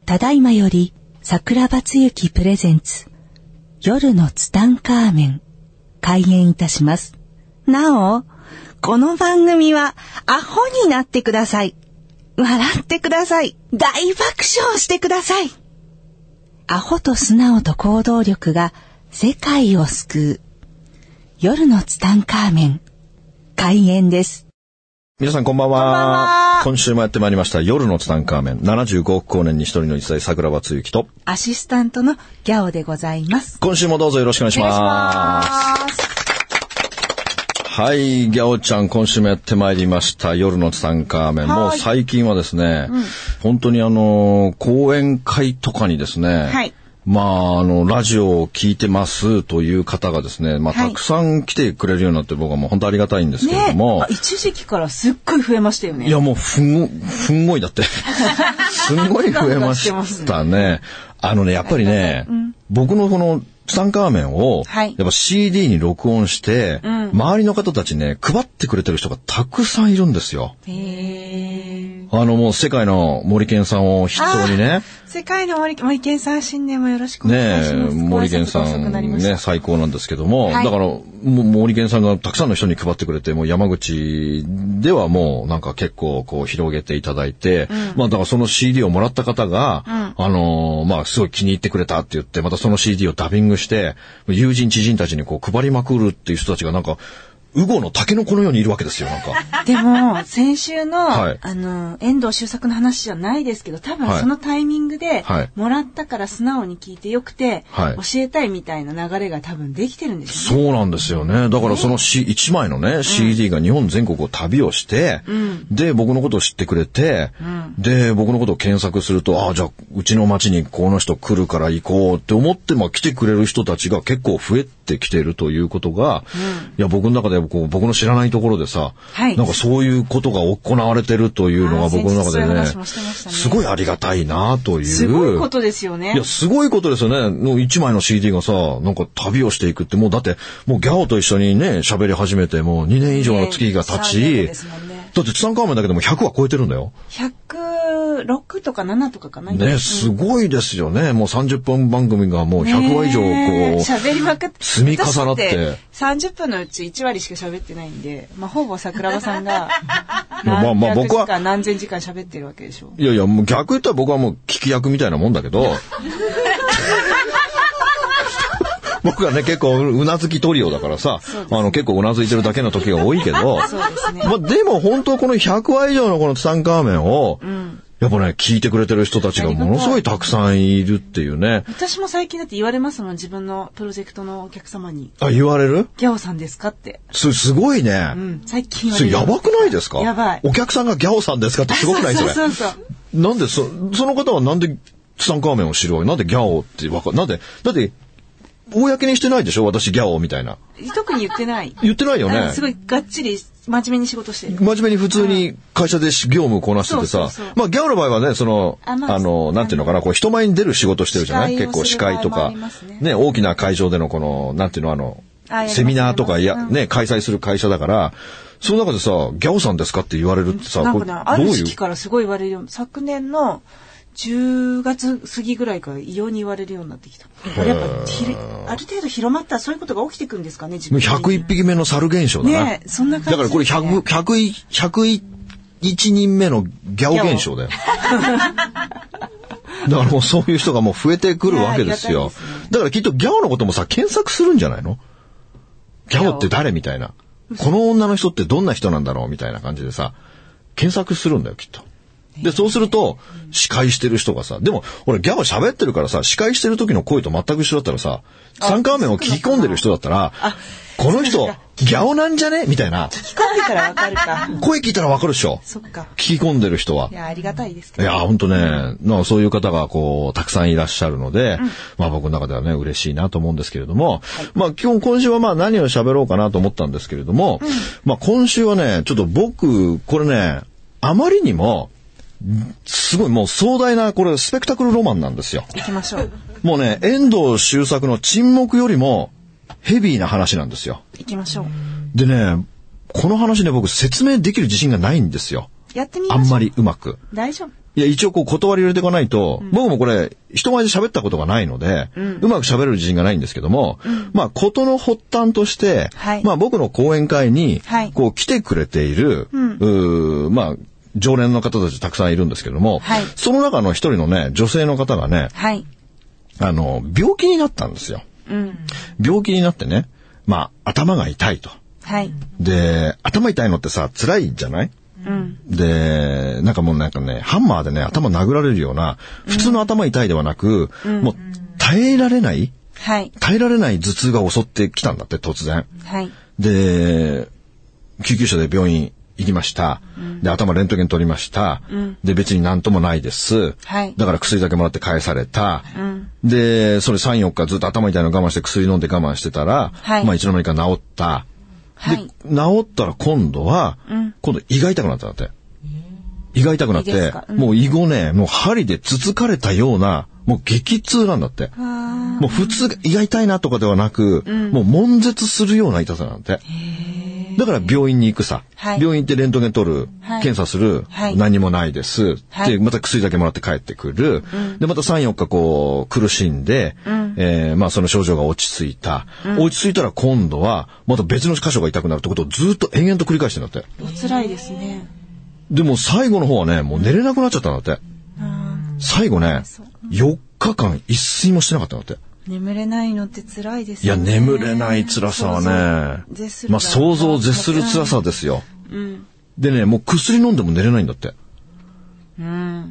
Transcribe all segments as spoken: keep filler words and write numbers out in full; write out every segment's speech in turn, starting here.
ただいまより桜庭つゆきプレゼンツ夜のツタンカーメン開演いたします。なお、この番組はアホになってください。笑ってください。大爆笑してください。アホと素直と行動力が世界を救う夜のツタンカーメン開演です。 皆さんこんばんは。 こんばんは。 今週もやってまいりました夜のツタンカーメン。ななじゅうごおく光年に一人の一代桜庭つゆきとアシスタントのギャオでございます。 今週もどうぞよろしくお願いします。お願いします。はい、ギャオちゃん今週もやってまいりました夜のツタンカーメン。もう最近はですね、うん、本当にあの講演会とかにですね、はい、まあ、あの、ラジオを聞いてますという方がですね、まあ、はい、たくさん来てくれるようになって僕はもう本当ありがたいんですけれども。 ね、一時期からすっごい増えましたよね。 いや、もうふんご、ふんごいだって。すんごい増えましたね。あのね、やっぱりね、うん、僕のこのツタンカーメンを、はい、やっぱ シーディー に録音して、うん、周りの方たちね、配ってくれてる人がたくさんいるんですよ。へー。あのもう世界の森健さんを筆頭にね。 世界の森、森健さん新年もよろしくお願いします。 ねえ、森健さんね、最高なんですけども、はい、だからもう森健さんがたくさんの人に配ってくれて、もう山口ではもうなんか結構こう広げていただいて、うん、まあだからその シーディー をもらった方が、うん、あのー、まあすごい気に入ってくれたって言って、またその シーディー をダビングして、友人知人たちにこう配りまくるっていう人たちがなんか、ウゴのタケノコのようにいるわけですよ、なんか。 でも、先週の、はい、あの、遠藤周作の話じゃないですけど、多分そのタイミングで、はい、もらったから素直に聞いてよくて、はい、教えたいみたいな流れが多分できてるんですよね。 そうなんですよね。だからその、C、いちまいのね、うん、シーディー が日本全国を旅をして、うん、で、僕のことを知ってくれて、うん、で、僕のことを検索すると、ああ、じゃあ、うちの町にこの人来るから行こうって思って、まあ来てくれる人たちが結構増えてきてるということが、うん、いや、僕の中でこう、僕の知らないところでさ、はい、なんかそういうことが行われてるというのが僕の中で ね, ねすごいありがたいなという。 すごいことですよね。 いや、すごいことですよね。のいちまいの シーディー がさ、なんか旅をしていくって、もうだってもうギャオと一緒にね喋り始めてもうにねん以上の月が経ち、ねね、だってツタンカーメンだけでもひゃくは超えてるんだよ。 ひゃくろくとかななとかかな。 ね、すごいですよね。もうさんじゅっぷん番組がもうひゃくわ以上こう喋りまくって積み重なって、 さんじゅっぷんのうちいちわりしか喋ってないんで、まあほぼ桜庭さんがまあまあ僕は何千時間喋ってるわけでしょ。 いやいや、もう逆言ったら僕はもう聞き役みたいなもんだけど僕はね結構うなずきトリオだからさ、あの結構うなずいてるだけの時が多いけど、そうですね。まあでも本当このひゃくわ以上のこのツタンカーメンを、うん、やっぱね聞いてくれてる人たちがものすごいたくさんいるっていうね。 私も最近だって言われますもん、自分のプロジェクトのお客様に。 あ、言われる？ ギャオさんですかって。 すすごいね。 うん、最近言われる。 それやばくないですか？ やばい。 お客さんがギャオさんですかってすごくないそれ。 そうそうそう。 なんでそその方はなんでツタンカーメンを知るわけ？なんでギャオってわかなんでだって公にしてないでしょ、私ギャオみたいな。 特に言ってない。 言ってないよね。 すごいがっちり真面目に仕事してる。 真面目に普通に会社で業務をこなしててさ、そうそうそう、まあギャオの場合はね、そのあ、まあ、あのなんていうのかな、こう人前に出る仕事してるじゃない。結構司会とか ね, ね大きな会場でのこのなんていうのあのセミナーとかや、うん、ね開催する会社だから。その中でさ、ギャオさんですかって言われるってさ、 なんかね、ある時期からすごい言われるように、昨年のじゅうがつ過ぎぐらいから異様に言われるようになってきた。やっぱひある程度広まったらそういうことが起きてくるんですかね。自分ひゃくいっぴきめの猿現象だな。 ね、そんな感じ、ね。 だからこれひゃく、ひゃく、ひゃくいちにんめのギャオ現象だよ。だからもうそういう人がもう増えてくるわけですよ。ですね、だからきっとギャオのこともさ検索するんじゃないの？ギャオって誰みたいな。この女の人ってどんな人なんだろうみたいな感じでさ検索するんだよきっと。でそうすると司会してる人がさ、でも俺ギャオ喋ってるからさ、司会してる時の声と全く一緒だったらさ、ツタンカーメンを聞き込んでる人だったら、この人ギャオなんじゃねみたいな。 聞き込んでたらわかるか。 声聞いたらわかるでしょ。 そっか。 聞き込んでる人は。 いやありがたいですけど、ね。 いや本当ね、まあそういう方がこうたくさんいらっしゃるので、うん、まあ僕の中ではね嬉しいなと思うんですけれども、はい、まあ今日今週はまあ何を喋ろうかなと思ったんですけれども、うん、まあ今週はねちょっと僕これねあまりにもすごいもう壮大なこれスペクタクルロマンなんですよ。 行きましょう。 もうね遠藤周作の沈黙よりもヘビーな話なんですよ。 行きましょう。 でねこの話ね僕説明できる自信がないんですよ。 やってみましょう。 あんまりうまく。 大丈夫。 いや、一応こう断り入れていかないと、うん、僕もこれ、人前で喋ったことがないので、うん、うまく喋れる自信がないんですけども、うん、まあ、ことの発端として、はい、まあ、僕の講演会に、こう来てくれている、はい、うまあ、常連の方たちたくさんいるんですけども、はい、その中の一人のね、女性の方がね、はい、あの、病気になったんですよ。うん、病気になってね、まあ、頭が痛いと。はい、で、頭痛いのってさ、辛いじゃない？うん、で、なんかもうなんかね、ハンマーでね、頭殴られるような、普通の頭痛いではなく、うん、もう耐えられない、はい、耐えられない頭痛が襲ってきたんだって、突然。はい、で、救急車で病院行きました。うん、で、頭レントゲン取りました。うん、で、別になんともないです。はい、だから薬だけもらって返された。うん、で、それさん、よっかずっと頭痛いの我慢して薬飲んで我慢してたら、はい、まあいつの間にか治った。で、はい、治ったら今度は、うん、今度胃が痛くなったんだって。胃が痛くなって、うん、もう胃後ね、もう針でつつかれたような、もう激痛なんだって。もう普通胃が痛いなとかではなく、うん、もう悶絶するような痛さなんだって。だから病院に行くさ。はい、病院行ってレントゲン取る、はい、検査する、はい、何もないです。はい、で、また薬だけもらって帰ってくる。うん、で、またさん、よっかこう、苦しんで、うん、えー、まあその症状が落ち着いた。うん、落ち着いたら今度は、また別の箇所が痛くなるってことをずっと延々と繰り返してるんだって。 お辛いですね。 でも最後の方はね、もう寝れなくなっちゃったんだって。うん、最後ね、よっかかん一睡もしてなかったんだって。 眠れないのって辛いですよね。 いや、眠れない辛さはね、まあ想像を絶する辛さですよ。うん、でね、もう薬飲んでも寝れないんだって。うん、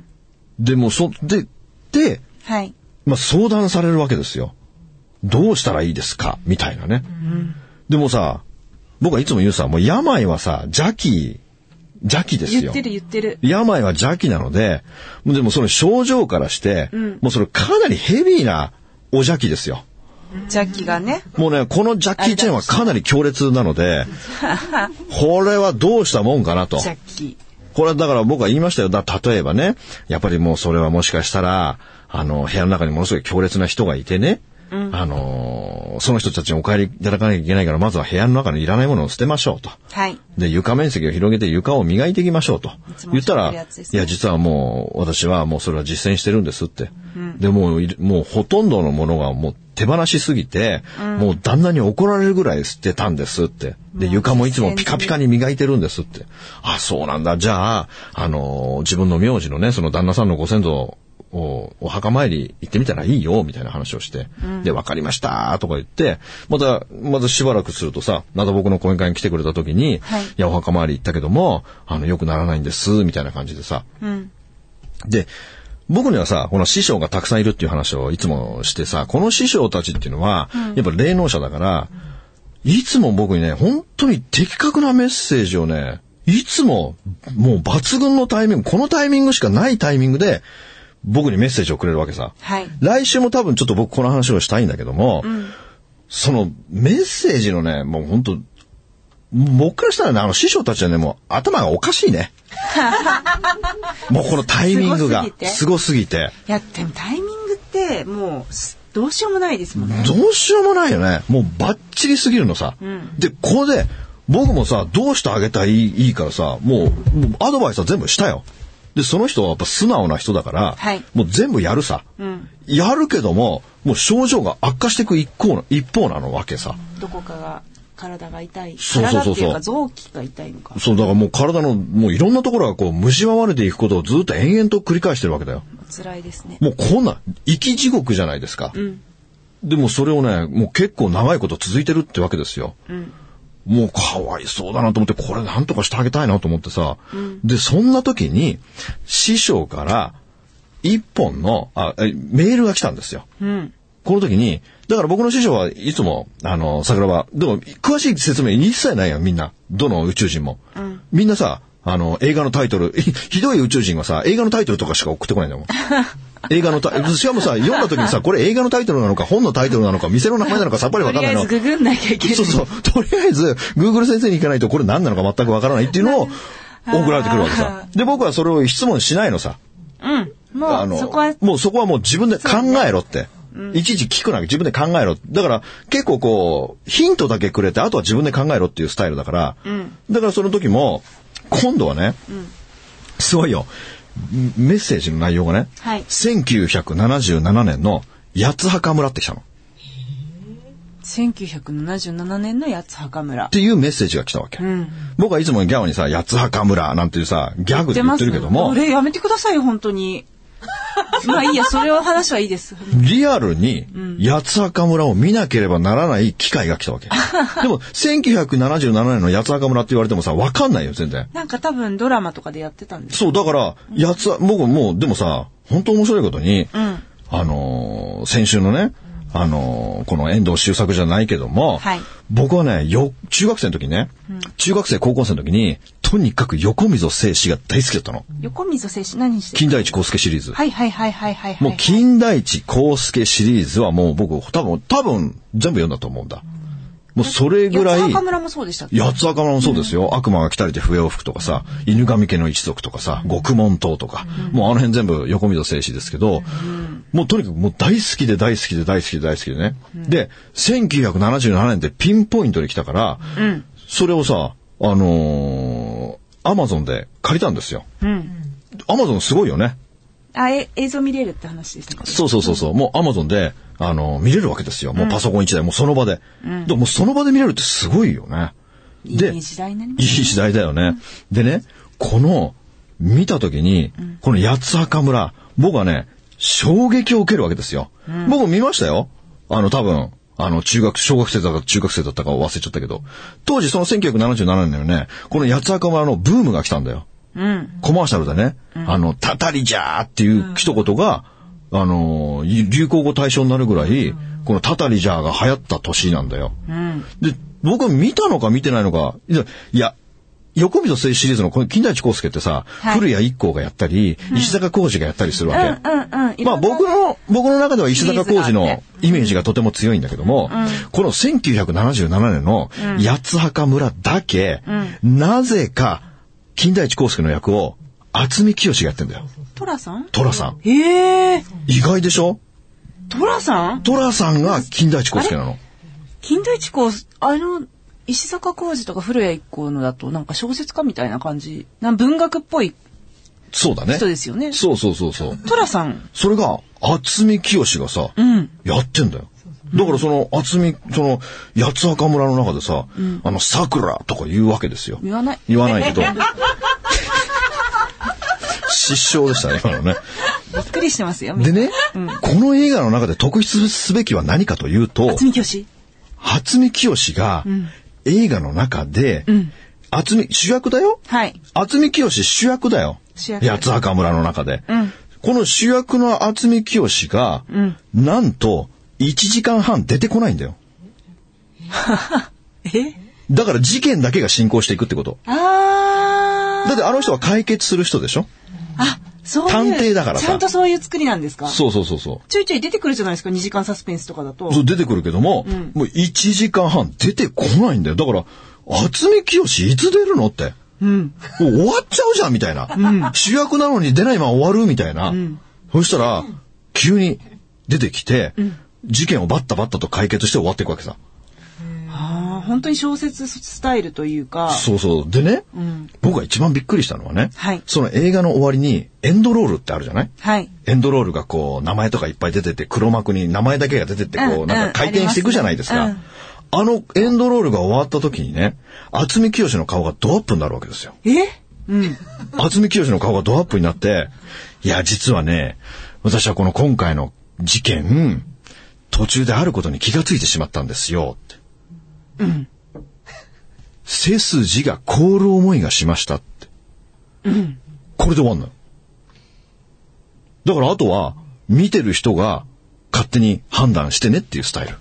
でもそ、で、で、はい、まあ相談されるわけですよ。どうしたらいいですかみたいなね。うん、でもさ、僕はいつも言うさ、もう病はさ、邪気、邪気ですよ。 言ってる言ってる。 病は邪気なので、でもその症状からして、うん、もうそれかなりヘビーなお邪気ですよ。 邪気がね。もうね、この邪気チェーンはかなり強烈なので、これはどうしたもんかなと。邪気。これはだから僕は言いましたよ。だ例えばね、やっぱりもうそれはもしかしたら、あの、部屋の中にものすごい強烈な人がいてね、うん、あのー、その人たちにお帰りいただかなきゃいけないから、まずは部屋の中にいらないものを捨てましょうと。はい。で、床面積を広げて床を磨いていきましょうと。言ったら、ね、いや、実はもう、私はもうそれは実践してるんですって。うん、で、もう、もうほとんどのものがもう手放しすぎて、うん、もう旦那に怒られるぐらい捨てたんですって。で、床もいつもピカピカに磨いてるんですって。あ、そうなんだ。じゃあ、あのー、自分の名字のね、その旦那さんのご先祖、お, お墓参り行ってみたらいいよみたいな話をして、うん、で分かりましたとか言ってまたまたしばらくするとさ、また僕の講演会に来てくれた時に、はい、いやお墓参り行ったけどもあのよくならないんですみたいな感じでさ、うん、で僕にはさこの師匠がたくさんいるっていう話をいつもしてさ、この師匠たちっていうのは、うん、やっぱ霊能者だから、うん、いつも僕にね本当に的確なメッセージをねいつももう抜群のタイミング、このタイミングしかないタイミングで僕にメッセージをくれるわけさ。はい。来週も多分ちょっと僕この話をしたいんだけども、うん、そのメッセージのね、もう本当僕からしたらね、あの師匠たちはね、もう頭がおかしいね。もうこのタイミングがすごすぎて。 いや、でもタイミングってもうどうしようもないですもんね。 どうしようもないよね。もうバッチリすぎるのさ。うん、で、ここで僕もさ、どうしてあげたらいい、いいからさ、もう、もうアドバイスは全部したよ。で、その人はやっぱ素直な人だから、はい、もう全部やるさ、うん。やるけども、もう症状が悪化していく一方の、一方なのわけさ。 どこかが、体が痛い。 そうそうそうそう。 体っていうか臓器が痛いのか。 そう、だからもう体の、もういろんなところがこう、蝕まれていくことをずっと延々と繰り返してるわけだよ。 辛いですね。 もうこんな、生き地獄じゃないですか。うん、でもそれをね、もう結構長いこと続いてるってわけですよ。うんもうかわいそうだなと思って、これなんとかしてあげたいなと思ってさ。うん、で、そんな時に、師匠から一本のあメールが来たんですよ。うん、この時に、だから僕の師匠はいつも、あの、桜庭、でも詳しい説明一切ないよ、みんな。どの宇宙人も。うん、みんなさ、あの、映画のタイトル、ひどい宇宙人はさ、映画のタイトルとかしか送ってこないんだもん。映画のタイトル、しかもさ、読んだ時にさ、これ映画のタイトルなのか、本のタイトルなのか、店の名前なのか、さっぱりわかんないの。 とりあえずググんなきゃいけない。 そうそう。とりあえず、Google 先生に行かないと、これ何なのか全くわからないっていうのを送られてくるわけさ。で、僕はそれを質問しないのさ。 うん。もう、あのそこは、 もうそこはもう自分で考えろって。うん、いちいち聞くな、自分で考えろ。だから、結構こう、ヒントだけくれて、あとは自分で考えろっていうスタイルだから、うん、だからその時も、今度はね、うん、すごいよ。 メッセージの内容がね、 はい、 せんきゅうひゃくななじゅうななねんの八つ墓村って来たの。 せんきゅうひゃくななじゅうななねんの八つ墓村っていうメッセージが来たわけ。 うん、 僕はいつもギャオにさ、八つ墓村なんていうさ、ギャグで言ってるけども。 あれやめてくださいよ、本当に。まあいいや、それは話はいいです。 リアルに八つ墓村を見なければならない機会が来たわけ。でもせんきゅうひゃくななじゅうななねんの八つ墓村って言われてもさ、わかんないよ全然。 なんか多分ドラマとかでやってたんです。 そうだから八つ、僕もうでもさ、本当面白いことに、 うん、 あのー、先週のね、あのー、この遠藤周作じゃないけども、 はい、 僕はね、よ、中学生の時ね、うん、中学生高校生の時に、とにかく横溝正史が大好きだったの。 横溝正史何して金田一耕助シリーズ。 はいはいはいはいはい、はい。 もう金田一耕助シリーズはもう僕多分、多分全部読んだと思うんだ。もうそれぐらい。 八つ墓村もそうでしたっけ？ 八つ墓村もそうですよ。うん、悪魔が来たりて笛を吹くとかさ、犬神家の一族とかさ、獄門島とか、うん、もうあの辺全部横溝正史ですけど、うん、もうとにかくもう大好きで大好きで大好きで大好きでね。うん、で、せんきゅうひゃくななじゅうななねんでピンポイントに来たから、うん、それをさ、あのー、アマゾンで借りたんですよ。 うん、 アマゾンすごいよね。 あ、え、映像見れるって話ですね。 そうそうそうそう。もうアマゾンで、あの、見れるわけですよ。もうパソコン一台、もうその場で。うん、でももうその場で見れるってすごいよね。 で、いい時代になりますね。 いい時代だよね。うん、でね、この、見たときに、うん、この八つ墓村、僕はね、衝撃を受けるわけですよ。うん、僕見ましたよ。あの、多分、あの、中学、小学生だか中学生だったか忘れちゃったけど、当時そのせんきゅうひゃくななじゅうななねんのよね、この八つ墓村のブームが来たんだよ。 うん、 コマーシャルでね、うん、あの、たたりじゃーっていう一言が、うん、あの、流行語大賞になるぐらい、うん、このたたりじゃーが流行った年なんだよ。 うん、 で、僕見たのか見てないのか、いや、横溝正史シリーズのこの金田一耕助ってさ、はい、古谷一行がやったり、うん、石坂浩二がやったりするわけ。 うんうんうん、 まあ僕の、僕の中では石坂浩二のイメージがとても強いんだけども、うん、このせんきゅうひゃくななじゅうななねんの八つ墓村だけ、うん、なぜか、金田一耕助の役を渥美清がやってんだよ。 寅さん？ 寅さん。 へえ。 意外でしょ？ 寅さん？ 寅さんが金田一耕助なの。 金田一耕助、あの、石坂浩二とか古谷一行のだとなんか小説家みたいな感じ。なん文学っぽい。 そうだね。 人ですよね。 そうそうそうそう。 寅さん。 それが、渥美清がさ、 うん、 やってんだよ。だからその、渥美、その、八つ墓村の中でさ、うん、あの、桜とか言うわけですよ。 言わない。 言わないけど。失笑でしたね、今のね。 びっくりしてますよ。 でね、うん、この映画の中で特筆すべきは何かというと、 渥美清渥美清が、うん、映画の中で、 うん、 渥美、主役だよ。 はい。 渥美清主役だよ。 主役。 八つ墓村の中で。 うん、 この主役の渥美清が、 うん、 なんと、いちじかんはん出てこないんだよ。 え？ だから事件だけが進行していくってこと。 あー。 だってあの人は解決する人でしょ？ あ、そういう。 探偵だからさ。 ちゃんとそういう作りなんですか？ そうそうそうそう。 ちょいちょい出てくるじゃないですか、にじかんサスペンスとかだと。 そう、出てくるけども、うん、もういちじかんはん出てこないんだよ。だから、渥美清いつ出るのって。 うん。 もう終わっちゃうじゃんみたいな。 うん、 主役なのに出ないまま終わるみたいな。 うん、 そしたら、急に出てきて、 うん、 事件をバッタバッタと解決して終わっていくわけさ。 ああ、本当に小説スタイルというか。 そうそう。でね、 うん、 僕が一番びっくりしたのはね、 はい、 その映画の終わりにエンドロールってあるじゃない？ はい。 エンドロールがこう、名前とかいっぱい出てて、黒幕に名前だけが出てって、こう、うん、なんか回転していくじゃないですか。 うん、 あのエンドロールが終わった時にね、渥美清の顔がドアップになるわけですよ。 え？うん。 渥美清の顔がドアップになって、いや、実はね、私はこの今回の事件、途中であることに気がついてしまったんですよって。 うん。 背筋が凍る思いがしましたって。 うん。 これで終わんのよ。だからあとは、見てる人が勝手に判断してねっていうスタイル。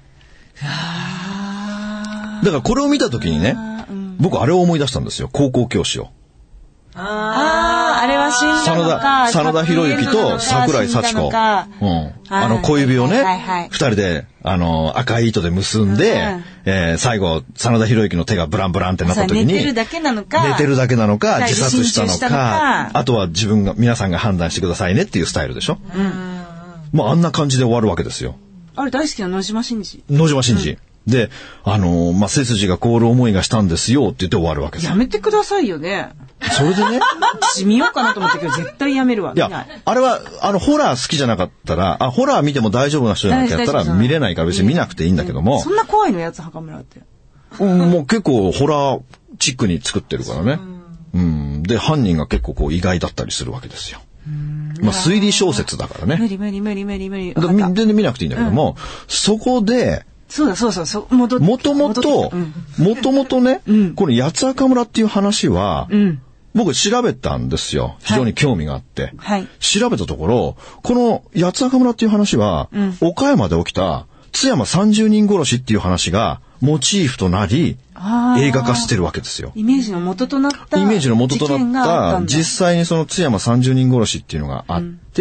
あだからこれを見たときにね、うん、僕あれを思い出したんですよ。高校教師を。 ああ、あれは死んだのか。 真田広之と桜井幸子。うん。あの小指をね、はいはいはい、二人で、あの、赤い糸で結んで、うん、えー、最後、真田広之の手がブランブランってなった時に。 寝てるだけなのか。 寝てるだけなのか、自殺したの か, したのか。 あとは自分が、皆さんが判断してくださいねっていうスタイルでしょ。 うん。 まあ、あんな感じで終わるわけですよ。 あれ大好きな野島真司。 野島真司。 で、あのー、まあ、背筋が凍る思いがしたんですよって言って終わるわけですよ。 やめてくださいよね。 それでね。 私見ようかなと思ったけど、絶対やめるわ。 いや、あれは、あの、ホラー好きじゃなかったら、あ、ホラー見ても大丈夫な人じゃなきゃったら見れないから別に見なくていいんだけども。 そんな怖いのやつ、墓村って。 うん、もう結構ホラーチックに作ってるからね。うん。で、犯人が結構こう意外だったりするわけですよ。まあ、推理小説だからね。 無理無理無理無理無理。 全然見なくていいんだけども、うん、そこで、 そうだそうそうそう、戻って。 もともと、もともとね、うん、この八つ墓村っていう話は、うん、僕調べたんですよ。非常に興味があって。はい、調べたところ、この八つ墓村っていう話は、うん、岡山で起きた津山さんじゅうにん殺しっていう話がモチーフとなり、映画化してるわけですよ。 イメージの元となったイメージの元となった実際にその津山さんじゅうにん殺しっていうのがあって、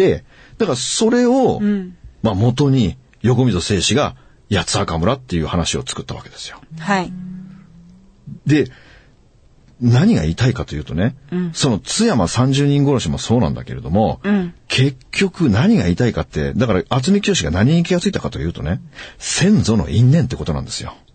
うん、だからそれを、うん、まあ元に横溝正史が八つ墓村っていう話を作ったわけですよ。 はい。 で、何が言いたいかというとね、うん、その津山さんじゅうにん殺しもそうなんだけれども、うん、結局何が言いたいかって、だから渥美清が何に気がついたかというとね、先祖の因縁ってことなんですよ。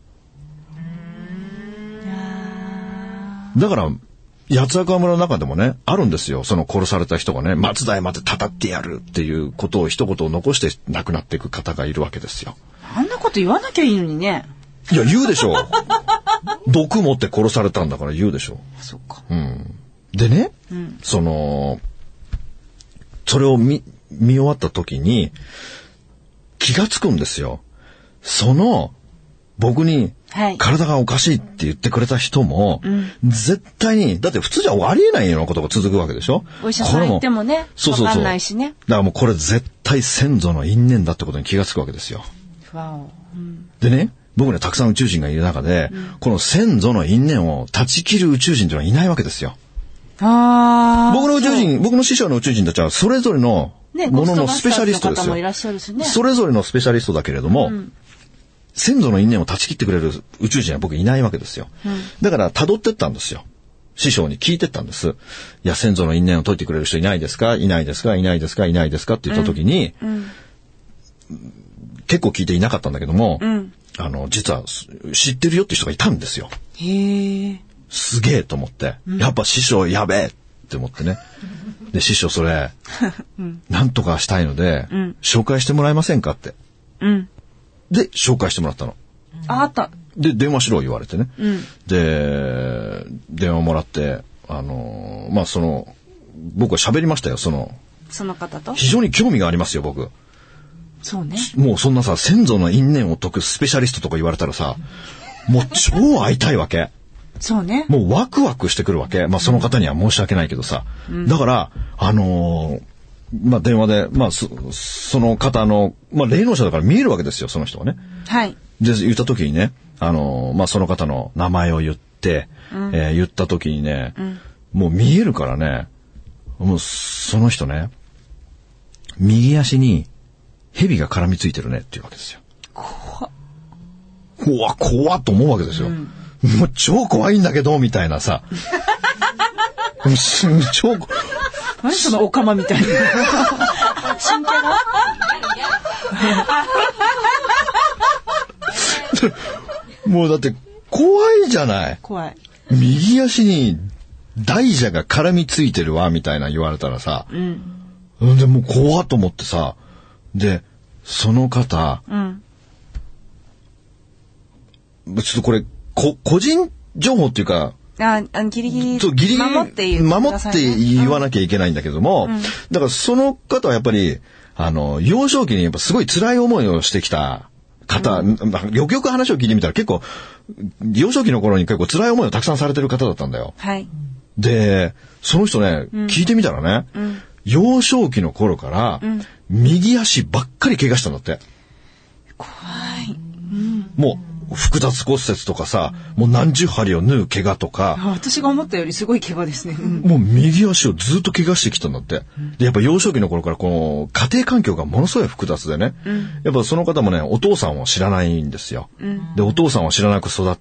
だから、八つ墓村の中でもね、あるんですよ。その殺された人がね、松代までたたってやるっていうことを一言を残して亡くなっていく方がいるわけですよ。 あんなこと言わなきゃいいのにね。 いや、言うでしょう。毒持って殺されたんだから言うでしょう。 そっか。 うん。でね、うん、その、それを見、見終わった時に、気がつくんですよ。その、僕に、体がおかしいって言ってくれた人も、はい、絶対に、だって普通じゃありえないようなことが続くわけでしょ。 お医者さん行ってもね、そうそうそう、わかんないしね。 だからもうこれ絶対先祖の因縁だってことに気がつくわけですよ。 わお、うん、 でね、僕ね、たくさん宇宙人がいる中で、うん、この先祖の因縁を断ち切る宇宙人というのはいないわけですよ。 あ僕の宇宙人、僕の師匠の宇宙人たちはそれぞれのもののスペシャリストですよ。 ね、 それぞれのスペシャリストだけれども、うん、先祖の因縁を断ち切ってくれる宇宙人は僕いないわけですよ。うん、だから辿ってったんですよ。師匠に聞いてったんです。いや、先祖の因縁を解いてくれる人いないですか？いないですか？いないですか？いないですか？って言った時に、うんうん、結構聞いていなかったんだけども、うん、あの、実は知ってるよって人がいたんですよ。 へー。 すげえと思って、うん、やっぱ師匠やべえって思ってね。で、師匠それ、うん、なんとかしたいので、うん、紹介してもらえませんかって。うん、で、紹介してもらったの。 あ、あった。 で、電話しろ言われてね。うん、で、電話もらって、あの、まあ、その、僕は喋りましたよ、その。 その方と？ 非常に興味がありますよ、僕。 そうね。 もうそんなさ、先祖の因縁を解くスペシャリストとか言われたらさ、もう超会いたいわけ。 そうね。 もうワクワクしてくるわけ。まあその方には申し訳ないけどさ。うん、だから、あのー、まあ電話で、まあそ、その方の、まあ霊能者だから見えるわけですよ、その人はね。 はい。 で、言った時にね、あのー、まあその方の名前を言って、うん、えー、言った時にね、うん、もう見えるからね、もうその人ね、右足に蛇が絡みついてるねっていうわけですよ。 怖っ。 怖っ、怖っと思うわけですよ。うんもう超怖いんだけど、みたいなさ。超、 何そのオカマみたいな。新キャラもうだって怖いじゃない。 怖い。 右足に大蛇が絡みついてるわ、みたいな言われたらさ。うん。でもう怖っと思ってさ。で、その方、うん、ちょっとこれ、こ個人情報っていうか、 ああギリギリそうギリギリ守って言う、 ね、守って言わなきゃいけないんだけども、うん、だからその方はやっぱりあの幼少期にやっぱすごい辛い思いをしてきた方、うん、よくよく話を聞いてみたら結構幼少期の頃に結構辛い思いをたくさんされてる方だったんだよ。 はい。 でその人ね、うん、聞いてみたらね、うん、幼少期の頃から、うん、右足ばっかり怪我したんだって。 怖い。うん、 もう複雑骨折とかさ、もう何十針を縫う怪我とか。 私が思ったよりすごい怪我ですね。うん、 もう右足をずっと怪我してきたんだって。うん、で、やっぱ幼少期の頃からこの家庭環境がものすごい複雑でね。うん、やっぱその方もね、お父さんを知らないんですよ。うん、で、お父さんを知らなく育って、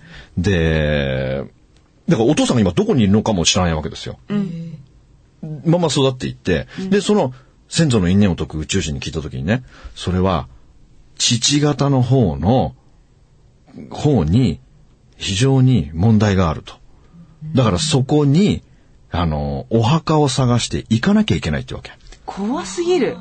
で、だからお父さんが今どこにいるのかも知らないわけですよ。うん、まま育っていって、うん、で、その先祖の因縁を解く宇宙人に聞いた時にね、それは父方の方の方に非常に問題があると。だからそこに、あの、お墓を探して行かなきゃいけないってわけ。 怖すぎる。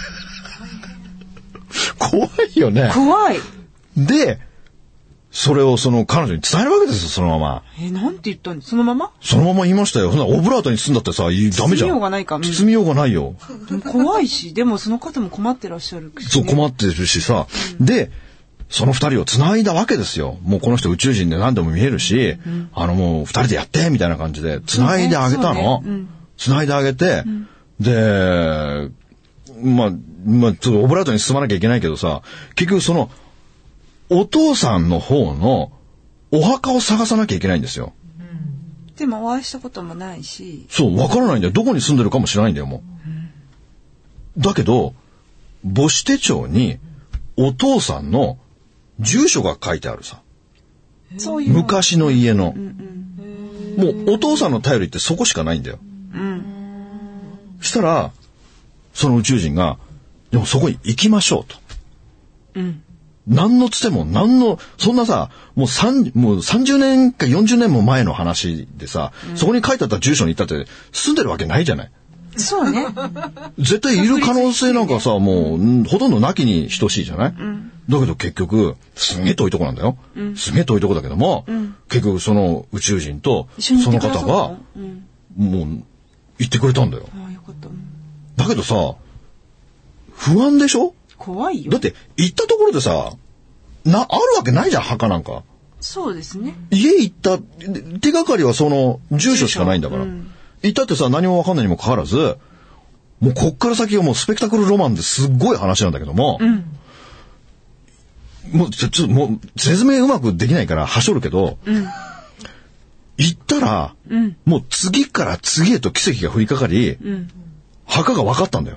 怖いよね。 怖い。 で、それをその彼女に伝えるわけですよ、そのまま。 え、なんて言ったんですそのままそのまま言いましたよ。そんなオブラートに包んだってさ、ダメじゃん。 包みようがないか。 包みようがないよ。 でも怖いし、でもその方も困ってらっしゃるし、ね。 そう、困ってるしさ。うん、で、その二人を繋いだわけですよ。もうこの人宇宙人で何でも見えるし、うん、あのもう二人でやってみたいな感じで繋いであげたの。ねねうん、繋いであげて、うん、で、まあ、まあ、ちょっとオブラートに進まなきゃいけないけどさ、結局その、お父さんの方のお墓を探さなきゃいけないんですよ。 うん、でもお会いしたこともないし。 そう、わからないんだよ。どこに住んでるかも知らないんだよ、もう。うん、だけど、母子手帳にお父さんの住所が書いてあるさ。 そういう昔の家の。うんうん、もうお父さんの頼りってそこしかないんだよ。うん、したら、その宇宙人が、でもそこに行きましょうと。うん、何のつても、何の、そんなさ、もう三、もうさんじゅうねんかよんじゅうねんも前の話でさ、うん、そこに書いてあった住所に行ったって住んでるわけないじゃない。 そうね。 絶対いる可能性なんかさ、もう、ほとんどなきに等しいじゃない、うん、だけど結局、すげえ遠いとこなんだよ。うん、すげえ遠いとこだけども、うん、結局その宇宙人と、その方が、うん、もう、行ってくれたんだよ。ああ、よかった。だけどさ、不安でしょ？ 怖いよ。 だって、行ったところでさ、な、あるわけないじゃん、墓なんか。 そうですね。 家行った、手がかりはその、住所しかないんだから。うん、行ったってさ、何もわかんないにもかかわらず、もうこっから先はもうスペクタクルロマンですっごい話なんだけども、うん、もう、ちょっと、もう、説明うまくできないから、はしょるけど、うん、行ったら、うん、もう次から次へと奇跡が降りかかり、うん、墓が分かったんだよ。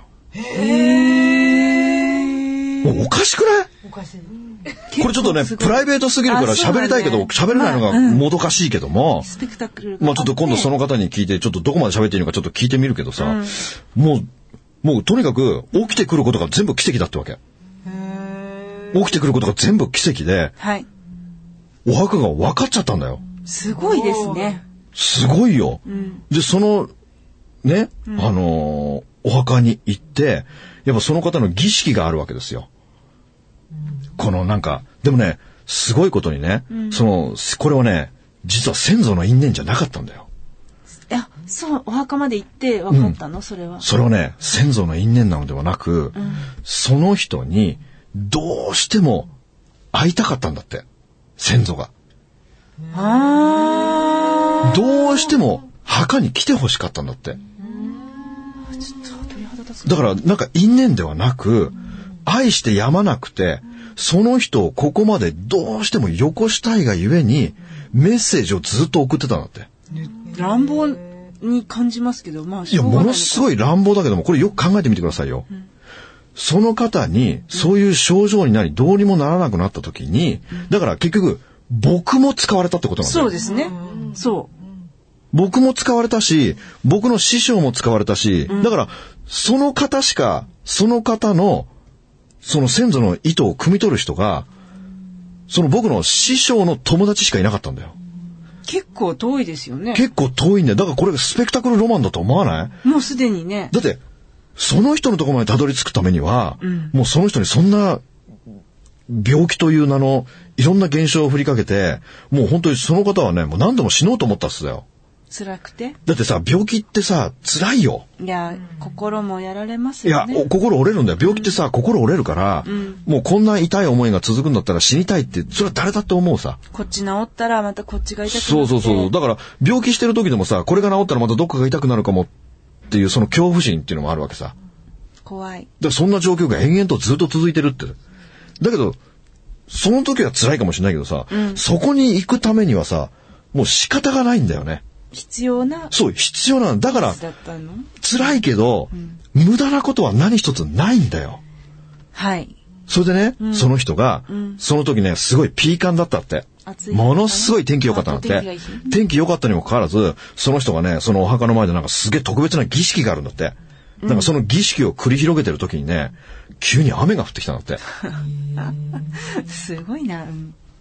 へー。もうおかしくない？おかしい。これちょっとね、プライベートすぎるから喋りたいけど、喋、ね、れないのがもどかしいけども、まあうん、スペクタクルがまあちょっと今度その方に聞いて、ちょっとどこまで喋っていいのかちょっと聞いてみるけどさ、うん、もう、もうとにかく起きてくることが全部奇跡だってわけ。へー。起きてくることが全部奇跡で、はい、お墓が分かっちゃったんだよ。 すごいですね。 すごいよ。うん、で、その、ね、うん、あのー、お墓に行って、やっぱその方の儀式があるわけですよ。うん、このなんか、でもね、すごいことにね、うん、その、これはね、実は先祖の因縁じゃなかったんだよ。 いや、そう、お墓まで行って分かったの、うん、それは。 それはね、先祖の因縁なのではなく、うん、その人にどうしても会いたかったんだって、先祖が。あー。どうしても墓に来てほしかったんだって。だからなんか因縁ではなく、愛してやまなくて、その人をここまでどうしてもよこしたいがゆえにメッセージをずっと送ってたんだって。 乱暴に感じますけど、まあいやものすごい乱暴だけども、これよく考えてみてくださいよ。うん、その方にそういう症状になりどうにもならなくなった時に、だから結局僕も使われたってことなんだよ。 そうですね。そう。 僕も使われたし、僕の師匠も使われたし、うん、だから、その方しか、その方の、その先祖の意図を汲み取る人が、その僕の師匠の友達しかいなかったんだよ。 結構遠いですよね。 結構遠いんだよ。だからこれがスペクタクルロマンだと思わない？ もうすでにね。 だって、その人のところまでたどり着くためには、うん、もうその人にそんな、病気という名の、いろんな現象を振りかけて、もう本当にその方はね、もう何度も死のうと思ったっすよ。 辛くて？ だってさ、病気ってさ、辛いよ。 いや、心もやられますよね。 いや、心折れるんだよ。病気ってさ、うん、心折れるから、うん、もうこんな痛い思いが続くんだったら死にたいって、それは誰だって思うさ。 こっち治ったらまたこっちが痛くなって。 そうそうそう。だから、病気してる時でもさ、これが治ったらまたどっかが痛くなるかもっていう、その恐怖心っていうのもあるわけさ。 怖い。 だからそんな状況が延々とずっと続いてるって。だけど、その時は辛いかもしれないけどさ、うん、そこに行くためにはさ、もう仕方がないんだよね。 必要な。 そう、必要なんだ。だから、辛いけど、うん、無駄なことは何一つないんだよ。 はい。 それでね、うん、その人が、うん、その時ね、すごいピーカンだったって。ものすごい天気良かったんだって。天気良かったにもかかわらず、その人がね、そのお墓の前でなんかすげえ特別な儀式があるんだって。うん、なんかその儀式を繰り広げてる時にね、急に雨が降ってきたんだって。 すごいな。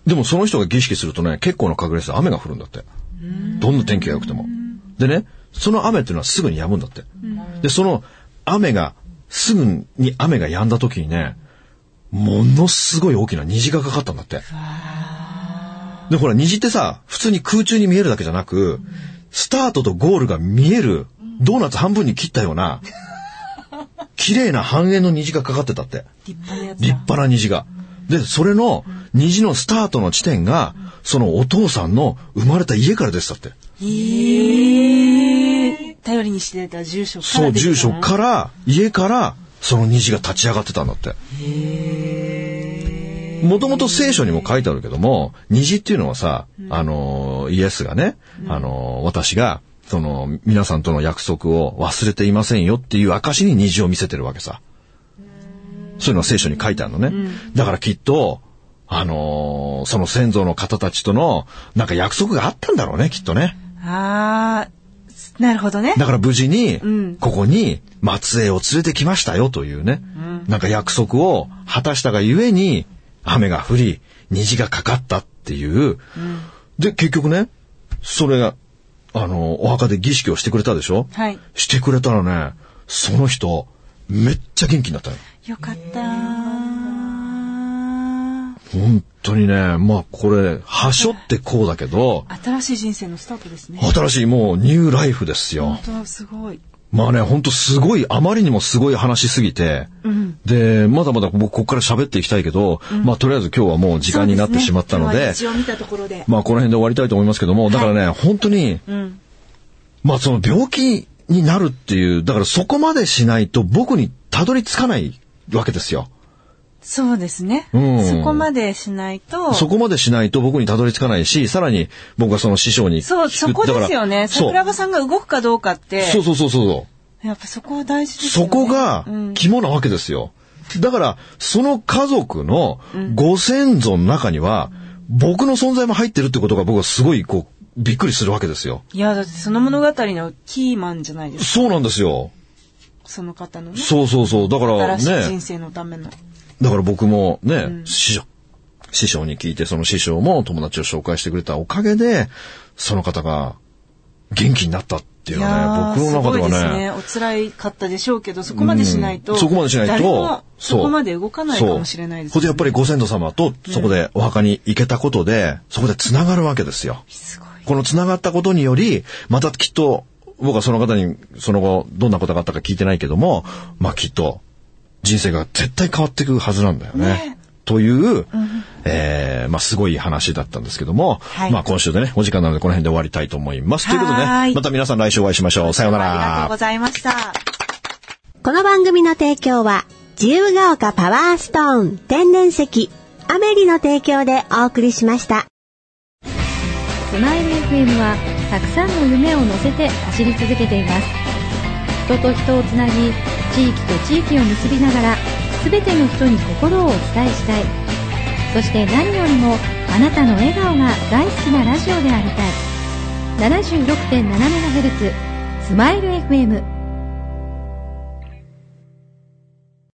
でもその人が儀式するとね、結構な確率で雨が降るんだって。どんな天気が良くても。でね、その雨っていうのはすぐに止むんだって。で、その雨が、すぐに雨が止んだ時にね、ものすごい大きな虹がかかったんだって。で、ほら、虹ってさ、普通に空中に見えるだけじゃなく、スタートとゴールが見える、ドーナツ半分に切ったような、綺麗な半円の虹がかかってたって。 立派なやつだ。 立派な虹が。で、それの虹のスタートの地点が、そのお父さんの生まれた家からでしたって。 へー。頼りにしてた住所から。 そう、住所から、家から、その虹が立ち上がってたんだって。 へー。 もともと聖書にも書いてあるけども、虹っていうのはさ、あの、イエスがね、あの、私が、その、皆さんとの約束を忘れていませんよっていう証に虹を見せてるわけさ。そういうのは聖書に書いてあるのね。うん、だからきっと、あのー、その先祖の方たちとの、なんか約束があったんだろうね、きっとね。 あー、なるほどね。 だから無事に、 うん、 ここに末裔を連れてきましたよというね、うん、なんか約束を果たしたがゆえに、雨が降り、虹がかかったっていう。うん、で、結局ね、それが、あの、お墓で儀式をしてくれたでしょ？ はい。 してくれたらね、その人、めっちゃ元気になったの。 よかったー。 本当にね、まあこれ、はしょってこうだけど。 新しい人生のスタートですね。 新しいもうニューライフですよ。 本当すごい。 まあね、本当すごい、あまりにもすごい話しすぎて、うん、で、まだまだ僕ここから喋っていきたいけど、うん、まあとりあえず今日はもう時間になってしまったので、 で、ね、を見たところでまあこの辺で終わりたいと思いますけども、だからね、はい、本当に、うん、まあその病気になるっていう、だからそこまでしないと僕にたどり着かないわけですよ。 そうですね、うん。そこまでしないと。 そこまでしないと僕にたどり着かないし、さらに僕はその師匠に。 そう、そこですよね。桜庭さんが動くかどうかって。 そうそうそうそう。 やっぱそこは大事ですよね。 そこが肝なわけですよ。うん、だから、その家族のご先祖の中には、僕の存在も入ってるってことが僕はすごいこう、びっくりするわけですよ。 いや、だってその物語のキーマンじゃないですか。 そうなんですよ。 その方のね。 そうそうそう。だからね。 新しい人生のための。 だから僕もね、うん、師匠、師匠に聞いて、その師匠も友達を紹介してくれたおかげで、その方が元気になったっていうのはね、僕の中ではね。 すごいですね。お辛いかったでしょうけど、そこまでしないと。 うん、そこまでしないと。誰もそこまで動かないかもしれないですね。 そこでやっぱりご先祖様とそこでお墓に行けたことで、うん、そこで繋がるわけですよ。 すごい。 この繋がったことにより、またきっと、僕はその方にその後どんなことがあったか聞いてないけども、まあきっと人生が絶対変わっていくはずなんだよね。ねという、うん、えー、まあすごい話だったんですけども、はい、まあ今週でね、お時間なのでこの辺で終わりたいと思います。ということでね、また皆さん来週お会いしましょう。さようなら。 ありがとうございました。 この番組の提供は、自由が丘パワーストーン天然石、アメリの提供でお送りしました。 スマイル エフエム はたくさんの夢を乗せて走り続けています。人と人をつなぎ、地域と地域を結びながら全ての人に心をお伝えしたい。そして何よりもあなたの笑顔が大好きなラジオでありたい。 ななじゅうろくてんななメガヘルツ スマイル エフエム